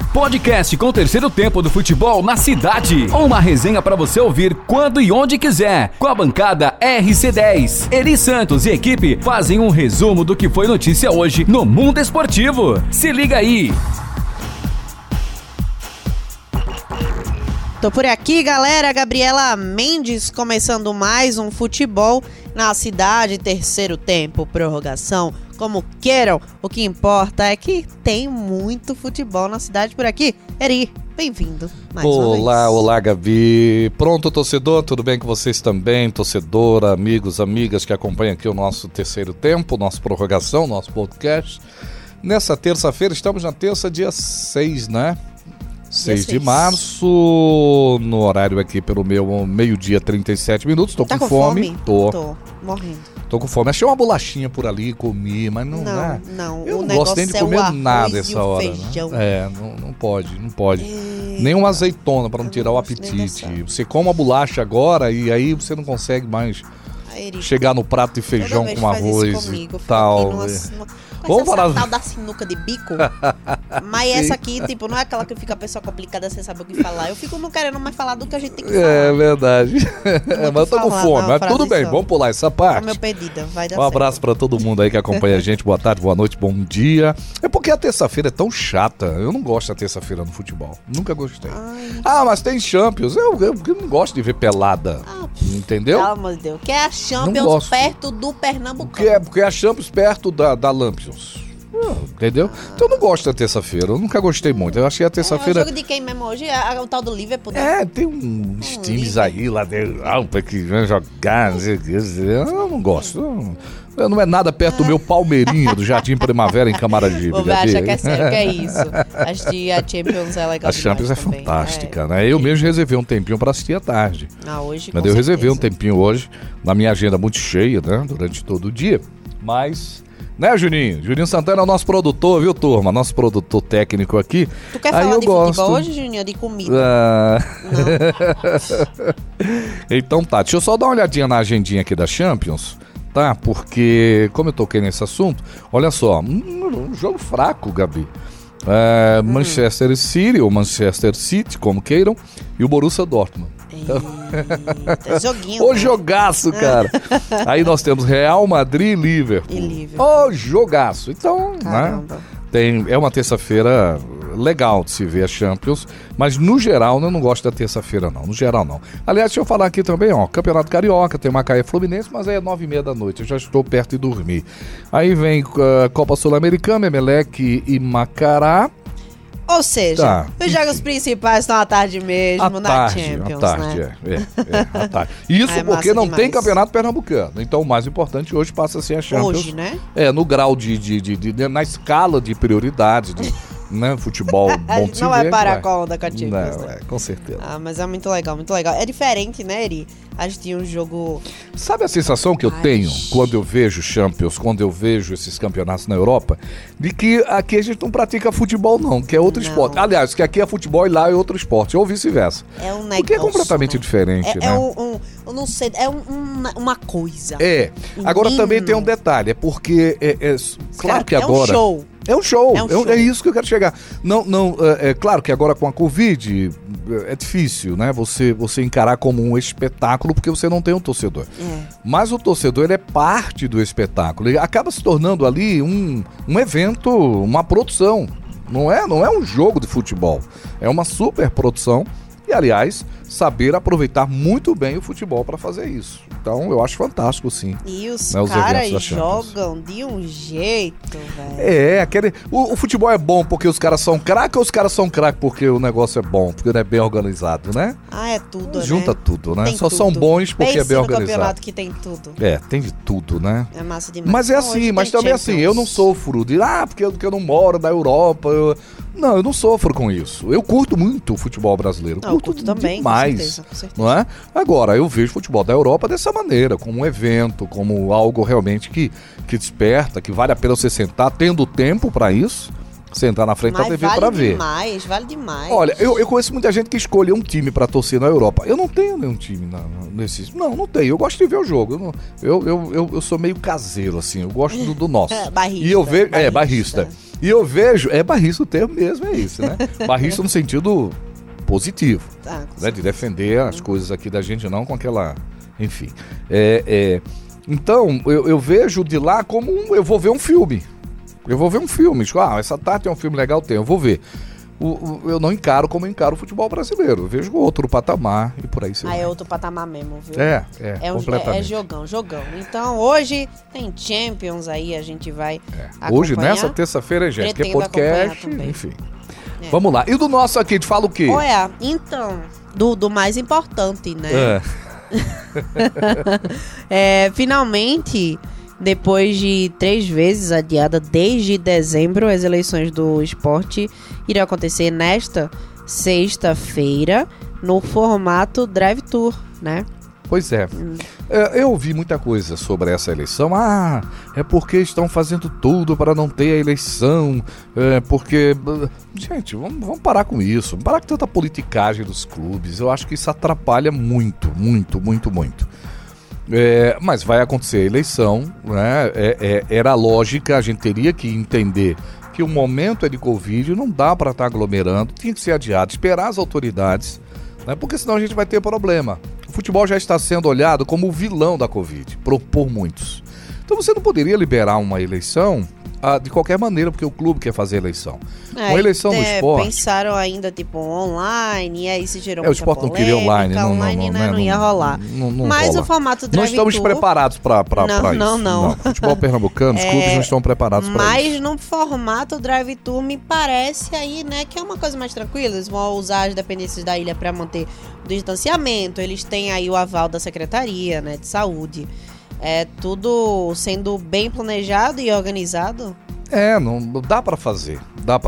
Podcast com o terceiro tempo do futebol na cidade. Uma resenha para você ouvir quando e onde quiser. Com a bancada RC10. Eri Santos e equipe fazem um resumo do que foi notícia hoje no mundo esportivo. Se liga aí. Tô por aqui, galera. Gabriela Mendes começando mais um futebol na cidade. Terceiro tempo, prorrogação, como queiram. O que importa é que tem muito futebol na cidade por aqui. Eri, bem-vindo mais uma vez. Olá, Gabi. Pronto, torcedor? Tudo bem com vocês também? Torcedora, amigos, amigas que acompanham aqui o nosso terceiro tempo, nossa prorrogação, nosso podcast. Nessa terça-feira, estamos na terça, dia 6, né? 6 de março, no horário aqui pelo meu meio-dia, 37 minutos. Tô com fome? Tô morrendo. Tô com fome. Achei uma bolachinha por ali, comi, mas não dá. Não, eu não gosto nem de comer nada essa hora. Feijão. Né? Não pode. Nem uma azeitona para não tirar o apetite. Você come a bolacha agora e aí você não consegue mais chegar no prato de feijão com arroz e tal. Vamos falar tal da sinuca de bico. Mas essa aqui, tipo, não é aquela que fica a pessoa complicada sem saber o que falar. Eu fico não querendo mais falar do que a gente tem que falar. É verdade. Mas eu tô com fome. Mas tudo bem, vamos pular essa parte. Meu pedido, vai dar certo. Um abraço pra todo mundo aí que acompanha a gente. Boa tarde, boa noite, bom dia. É porque a terça-feira é tão chata. Eu não gosto da terça-feira no futebol. Nunca gostei. Mas tem Champions. Eu não gosto de ver pelada. Entendeu? Pelo amor de Deus. Que é a Champions perto do Pernambucano. Porque é a Champions perto da Lampions. Entendeu? Então eu não gosto da terça-feira. Eu nunca gostei muito. Eu achei a terça-feira. É o jogo de quem mesmo hoje? O tal do Liverpool. Tem uns times aí lá dentro que vão jogar. Eu não gosto. Não é nada perto do meu Palmeirinho, do Jardim Primavera em Camaragibe. Você acha que é sério que é isso? Assistir a Champions é legal. A Champions é também. fantástica, né? Eu mesmo reservei um tempinho para assistir à tarde. Hoje, mas eu reservei um tempinho hoje, na minha agenda muito cheia, né? Durante todo o dia. Mas, né, Juninho? Juninho Santana é o nosso produtor, viu, turma? Nosso produtor técnico aqui. Tu quer falar de futebol hoje, Juninho? De comida? Não. Então tá, deixa eu só dar uma olhadinha na agendinha aqui da Champions. Tá, porque, como eu toquei nesse assunto, olha só, um jogo fraco, Gabi. Manchester City, ou Manchester City, como queiram, e o Borussia Dortmund. Joguinho. Ô jogaço, cara. Aí nós temos Real Madrid e Liverpool. Ô jogaço. Então, caramba, né? É uma terça-feira legal de se ver a Champions, mas no geral eu não gosto da terça-feira não, no geral não. Aliás, deixa eu falar aqui também, Campeonato Carioca, tem Macaé Fluminense, mas aí é 9h30 da noite, eu já estou perto de dormir. Aí vem Copa Sul-Americana, Emelec e Macará. Ou seja, os jogos principais estão à tarde mesmo, na Champions, à tarde, né? À tarde. Isso porque não tem campeonato pernambucano. Então o mais importante hoje passa a ser a Champions. Hoje, né? No grau na escala de prioridades, né? Futebol bom de se ver. Não vai parar com a onda com a Champions, né? Com certeza. Mas é muito legal, muito legal. É diferente, né, Eri? A gente tinha um jogo... Sabe a sensação que eu tenho quando eu vejo Champions, quando eu vejo esses campeonatos na Europa? De que aqui a gente não pratica futebol não, que é outro esporte. Aliás, que aqui é futebol e lá é outro esporte, ou vice-versa. É um negócio, porque é completamente diferente, né? Eu não sei, uma coisa. Agora também tem um detalhe, é porque claro que agora... É um show. É um show. É isso que eu quero chegar. É claro que agora com a Covid é difícil, né? Você encarar como um espetáculo porque você não tem um torcedor. Mas o torcedor, ele é parte do espetáculo. Ele acaba se tornando ali um evento, uma produção. Não é um jogo de futebol. É uma super produção. E, aliás, saber aproveitar muito bem o futebol para fazer isso. Então, eu acho fantástico, sim. E os caras jogam de um jeito, velho. O futebol é bom porque os caras são craques ou os caras são craques porque o negócio é bom, porque não é bem organizado, né? É tudo, junta tudo, né? Tem Só tudo. São bons porque é bem organizado. Campeonato que tem tudo. Tem de tudo, né? É massa demais. Mas é assim, mas também Champions. Assim, eu não sofro de, porque eu não moro na Europa, Não, eu não sofro com isso. Eu curto muito o futebol brasileiro. Eu curto também, demais, com certeza. Não é? Agora, eu vejo o futebol da Europa dessa maneira, como um evento, como algo realmente que desperta, que vale a pena você sentar, tendo tempo para isso, sentar na frente da TV para ver. Vale demais. Olha, eu conheço muita gente que escolheu um time para torcer na Europa. Eu não tenho nenhum time nesses. Não tenho. Eu gosto de ver o jogo. Eu sou meio caseiro, assim. Eu gosto do nosso. Barrista. E eu vejo. Barrista. E eu vejo, barrista o termo mesmo, é isso, né? Barrista no sentido positivo, né? De defender as coisas aqui da gente, não com aquela... Enfim. Então, eu vejo de lá como eu vou ver um filme. Tipo, essa tarde tem um filme legal, eu vou ver. Eu não encaro como eu encaro o futebol brasileiro. Eu vejo outro patamar e por aí você vai. É outro patamar mesmo, viu? Completamente. É jogão. Então, hoje tem Champions aí, a gente vai acompanhar. Hoje, nessa terça-feira, gente, que é podcast, enfim. Vamos lá. E do nosso aqui, a gente fala o quê? Olha, então, do mais importante, né? Finalmente, depois de 3 vezes adiada desde dezembro, as eleições do esporte irão acontecer nesta sexta-feira no formato drive-tour, né? Pois é. Eu ouvi muita coisa sobre essa eleição. É porque estão fazendo tudo para não ter a eleição. Porque... Gente, vamos parar com isso. Vamos parar com tanta politicagem dos clubes. Eu acho que isso atrapalha muito, muito, muito, muito. Mas vai acontecer a eleição, né? Era lógica, a gente teria que entender que o momento é de Covid, não dá para estar aglomerando, tinha que ser adiado, esperar as autoridades, né? Porque senão a gente vai ter problema. O futebol já está sendo olhado como o vilão da Covid, por muitos. Então você não poderia liberar uma eleição de qualquer maneira, porque o clube quer fazer a eleição. Uma eleição no esporte... Pensaram ainda, tipo, online, e aí se gerou muita o esporte polêmica, não queria online, não ia rolar. Mas o formato drive-tour... Não estamos preparados para isso. Não. Futebol pernambucano, os clubes não estão preparados para isso. Mas no formato drive-tour me parece aí, né, que é uma coisa mais tranquila. Eles vão usar as dependências da ilha para manter o distanciamento. Eles têm aí o aval da Secretaria, né, de Saúde. Tudo sendo bem planejado e organizado. Não dá para fazer.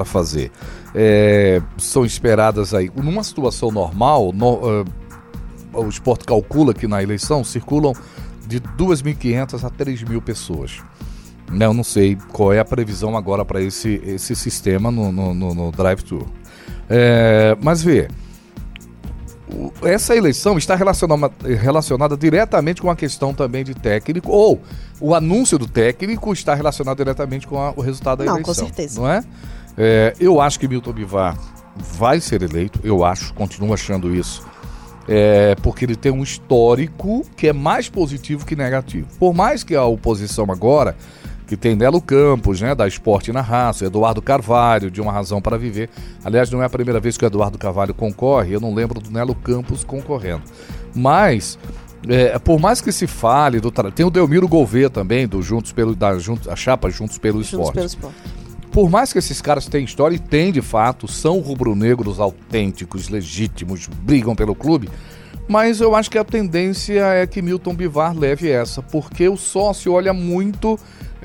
São esperadas aí. Numa situação normal, o esporte calcula que na eleição circulam de 2.500 a 3.000 pessoas. Eu não sei qual é a previsão agora para esse sistema no drive-thru. Mas vê, essa eleição está relacionada diretamente com a questão também de técnico, ou o anúncio do técnico está relacionado diretamente com o resultado da eleição. Com certeza. Não é? Eu acho que Milton Bivar vai ser eleito, continuo achando isso, porque ele tem um histórico que é mais positivo que negativo. Por mais que a oposição agora, que tem Nelo Campos, né, da Esporte na Raça, Eduardo Carvalho, de Uma Razão para Viver. Aliás, não é a primeira vez que o Eduardo Carvalho concorre, eu não lembro do Nelo Campos concorrendo. Mas, por mais que se fale, tem o Delmiro Gouveia também, a chapa Juntos pelo Esporte. Por mais que esses caras tenham história, e tem de fato, são rubro-negros autênticos, legítimos, brigam pelo clube, mas eu acho que a tendência é que Milton Bivar leve essa, porque o sócio olha muito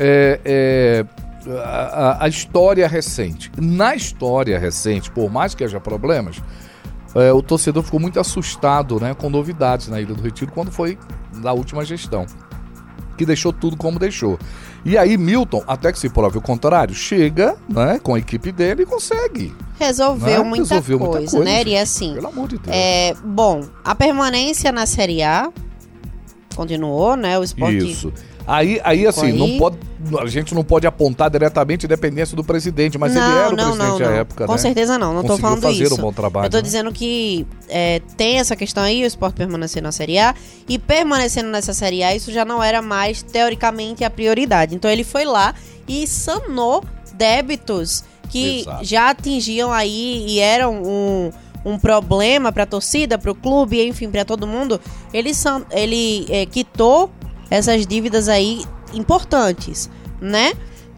a história recente. Na história recente, por mais que haja problemas, o torcedor ficou muito assustado, né, com novidades na Ilha do Retiro quando foi na última gestão, que deixou tudo como deixou. E aí Milton, até que se prove o contrário, chega, né, com a equipe dele e consegue. Resolveu muita coisa, né? E assim, pelo amor de Deus. Bom, a permanência na Série A continuou, né? O esporte... Isso. Aí assim, a gente não pode apontar diretamente a dependência do presidente, mas ele era o presidente à época, com certeza não tô falando fazer isso. Um bom trabalho, eu tô dizendo que tem essa questão aí, o esporte permanecendo na Série A, e permanecendo nessa Série A, isso já não era mais, teoricamente, a prioridade. Então ele foi lá e sanou débitos que já atingiam aí e eram um problema para a torcida, para o clube, enfim, para todo mundo. Ele quitou essas dívidas aí importantes, né?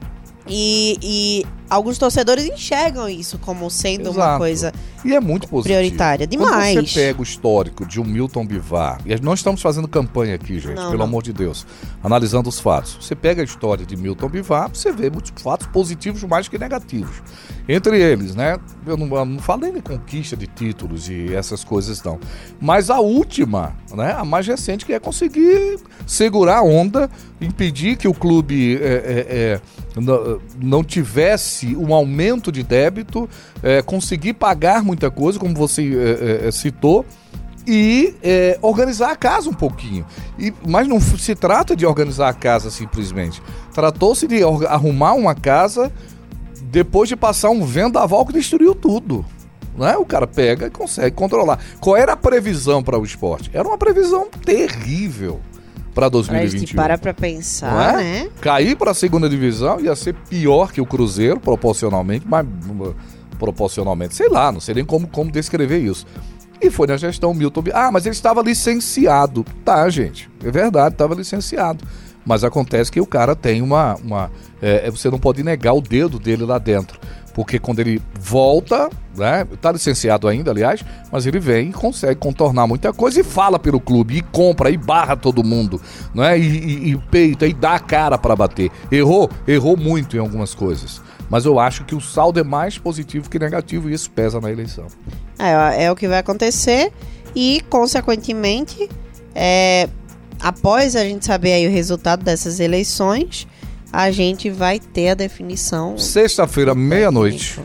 E alguns torcedores enxergam isso como sendo uma coisa e é muito positivo, prioritária demais. Quando você pega o histórico de um Milton Bivar, e nós estamos fazendo campanha aqui, gente, pelo amor de Deus, analisando os fatos. Você pega a história de Milton Bivar, você vê muitos fatos positivos mais que negativos. Entre eles, né? Eu não falei de conquista de títulos e essas coisas não. Mas a última, né? A mais recente, que é conseguir segurar a onda, impedir que o clube não tivesse um aumento de débito, conseguir pagar muita coisa, como você citou, e organizar a casa um pouquinho. Mas não se trata de organizar a casa simplesmente. Tratou-se de arrumar uma casa depois de passar um vendaval que destruiu tudo. Né? O cara pega e consegue controlar. Qual era a previsão para o esporte? Era uma previsão terrível para 2021. A gente para pra pensar, né? Cair para a segunda divisão ia ser pior que o Cruzeiro, proporcionalmente, mas proporcionalmente, sei lá, não sei nem como descrever isso. E foi na gestão Milton. Mas ele estava licenciado. Tá, gente, é verdade, estava licenciado. Mas acontece que o cara tem você não pode negar o dedo dele lá dentro. Porque quando ele volta, né, tá licenciado ainda, aliás, mas ele vem e consegue contornar muita coisa e fala pelo clube, e compra, e barra todo mundo, né, e peita, e dá a cara para bater. Errou muito em algumas coisas. Mas eu acho que o saldo é mais positivo que negativo e isso pesa na eleição. É o que vai acontecer e, consequentemente, após a gente saber aí o resultado dessas eleições, a gente vai ter a definição. Sexta-feira, meia-noite.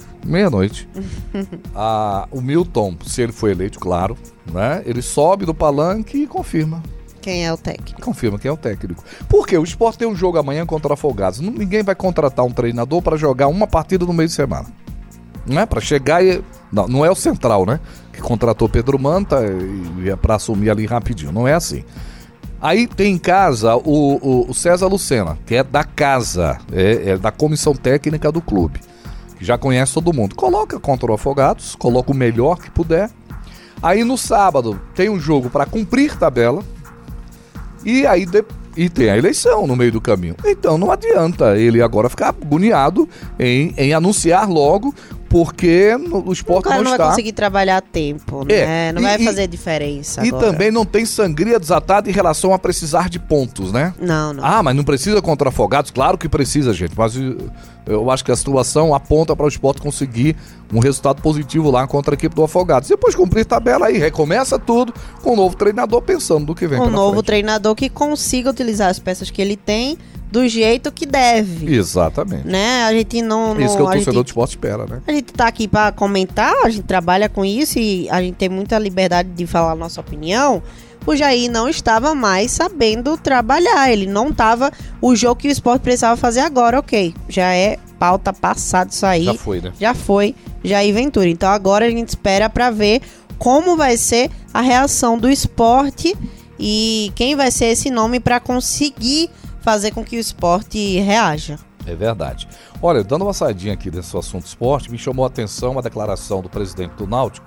O Milton, se ele for eleito, claro, né? Ele sobe do palanque e confirma. Quem é o técnico? Confirma quem é o técnico. Porque o Sport tem um jogo amanhã contra Afogados. Ninguém vai contratar um treinador para jogar uma partida no meio de semana. Não é? Para chegar e... Não é o Central, né? Que contratou Pedro Manta e é para assumir ali rapidinho. Não é assim. Aí tem em casa o César Lucena, que é da casa, é da comissão técnica do clube, que já conhece todo mundo. Coloca contra o Afogados, coloca o melhor que puder. Aí no sábado tem um jogo para cumprir tabela e aí tem a eleição no meio do caminho. Então não adianta ele agora ficar agoniado em anunciar logo, porque o Sport não está... O cara não vai conseguir trabalhar a tempo, né? Não vai fazer diferença agora. E também não tem sangria desatada em relação a precisar de pontos, né? Não. Mas não precisa contra Afogados? Claro que precisa, gente. Mas eu acho que a situação aponta para o Sport conseguir um resultado positivo lá contra a equipe do Afogados. Depois cumprir tabela aí, recomeça tudo com um novo treinador pensando no que vem pela frente. Um novo treinador que consiga utilizar as peças que ele tem do jeito que deve. Exatamente. Né? A gente não... Isso que o torcedor do Sport espera, né? A gente tá aqui para comentar, a gente trabalha com isso e a gente tem muita liberdade de falar a nossa opinião. O Jair não estava mais sabendo trabalhar, ele não estava... O jogo que o Sport precisava fazer agora, ok. Já é pauta passada isso aí. Já foi, né? Já foi, Jair Ventura. Então agora a gente espera para ver como vai ser a reação do Sport e quem vai ser esse nome para conseguir fazer com que o Sport reaja. É verdade. Olha, dando uma saidinha aqui desse assunto esporte, me chamou a atenção a declaração do presidente do Náutico,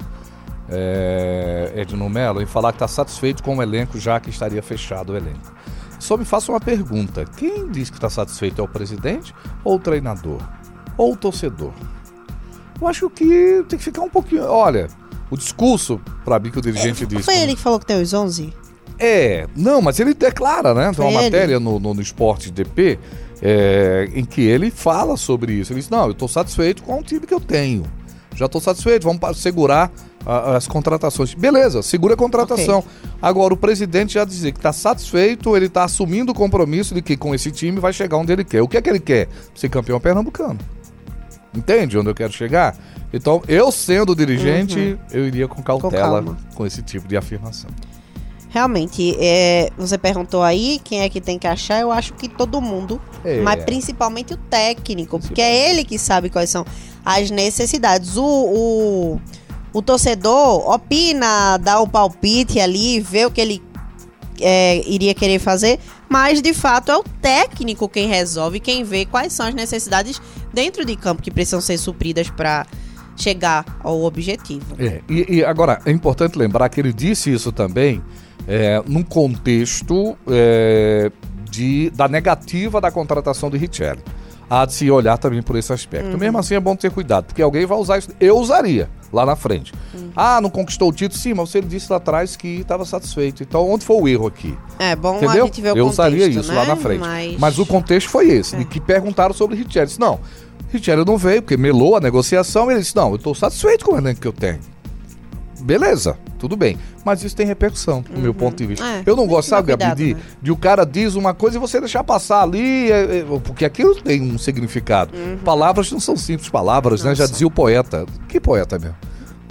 Edno Melo, em falar que está satisfeito com o elenco, já que estaria fechado o elenco. Só me faça uma pergunta: quem diz que está satisfeito é o presidente, ou o treinador, ou o torcedor? Eu acho que tem que ficar um pouquinho... Olha, o discurso, para mim, que o dirigente disse... Foi ele que falou que tem os 11? Não, mas ele declara, né? Tem uma matéria no Esporte DP em que ele fala sobre isso. Ele diz, não, eu estou satisfeito com o time que eu tenho. Já estou satisfeito, vamos segurar as contratações. Beleza, segura a contratação. Okay. Agora, o presidente já dizia que está satisfeito, ele está assumindo o compromisso de que com esse time vai chegar onde ele quer. O que é que ele quer? Ser campeão pernambucano. Entende onde eu quero chegar? Então, eu sendo dirigente, eu iria com cautela com esse tipo de afirmação. Realmente, você perguntou aí quem é que tem que achar, eu acho que todo mundo, mas principalmente o técnico, porque é ele que sabe quais são as necessidades. O torcedor opina, dá o palpite ali, vê o que ele iria querer fazer, mas de fato é o técnico quem resolve, quem vê quais são as necessidades dentro de campo que precisam ser supridas para chegar ao objetivo. E agora, é importante lembrar que ele disse isso também num contexto da negativa da contratação de Richelli. Há de se olhar também por esse aspecto. Mesmo assim é bom ter cuidado, porque alguém vai usar isso. Eu usaria lá na frente. Não conquistou o título? Sim, mas você disse lá atrás que estava satisfeito. Então onde foi o erro aqui? É bom. Entendeu? A gente ver o Eu contexto, usaria isso, né? lá na frente. Mas o contexto foi esse, de que perguntaram sobre Richelli. Disse, não, Richelli não veio, porque melou a negociação. Ele disse, não, eu estou satisfeito com o elenco que eu tenho. Beleza, tudo bem. Mas isso tem repercussão, do meu ponto de vista. Eu não gosto, sabe, Gabi, de o cara diz uma coisa e você deixar passar ali, porque aquilo tem um significado. Palavras não são simples palavras, né? Já dizia o poeta. Que poeta mesmo?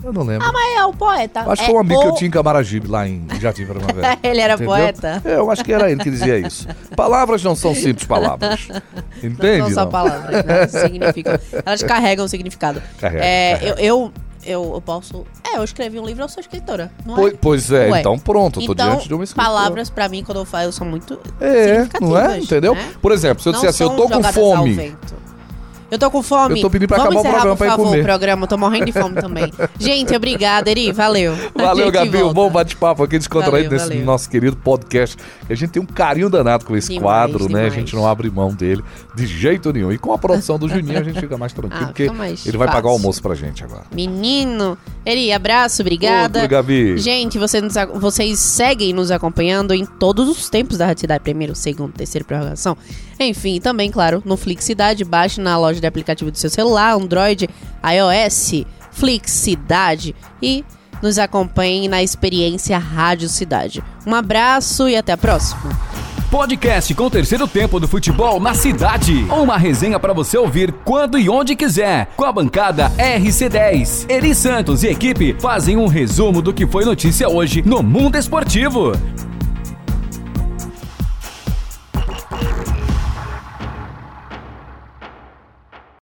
Eu não lembro. Mas é o poeta. Acho que foi um amigo que eu tinha em Camaragibe, lá em Jardim Primavera. Ele era Entendeu? poeta? Eu acho que era ele que dizia isso. Palavras não são simples palavras. Entende? Não são só palavras, né? Significam. Elas carregam significado. Carrega. Eu posso... eu escrevi um livro, eu sou escritora, não é? Pois é, Ué. então pronto, eu tô Então, diante de uma escritora. palavras pra mim, quando eu falo, são muito significativas. Não é? Entendeu? Né? Por exemplo, se eu disser assim, eu tô com fome. Eu tô com fome. Eu tô pedindo pra acabar o programa pra ir comer. O programa, eu tô morrendo de fome também. Gente, obrigada, Eri, valeu. Valeu, Gabi, um bom bate-papo aqui descontraído nesse valeu. nosso querido podcast. A gente tem um carinho danado com esse Demais, quadro, né? A demais. gente não abre mão dele de jeito nenhum. E com a produção do Juninho a gente fica mais tranquilo, porque fica mais ele vai pagar o fácil. almoço pra gente agora. Menino. Eri, abraço, obrigada. Outro, Gabi. Gente, vocês seguem nos acompanhando em todos os tempos da Rádio Cidade, primeiro, segundo, terceiro prorrogação. Enfim, também, claro, no Flixcidade, baixe na loja de aplicativo do seu celular, Android, iOS, Flixcidade e nos acompanhem na experiência Rádio Cidade. Um abraço e até a próxima. Podcast com o terceiro tempo do futebol na cidade. Uma resenha para você ouvir quando e onde quiser. Com a bancada RC10. Eri Santos e equipe fazem um resumo do que foi notícia hoje no mundo esportivo.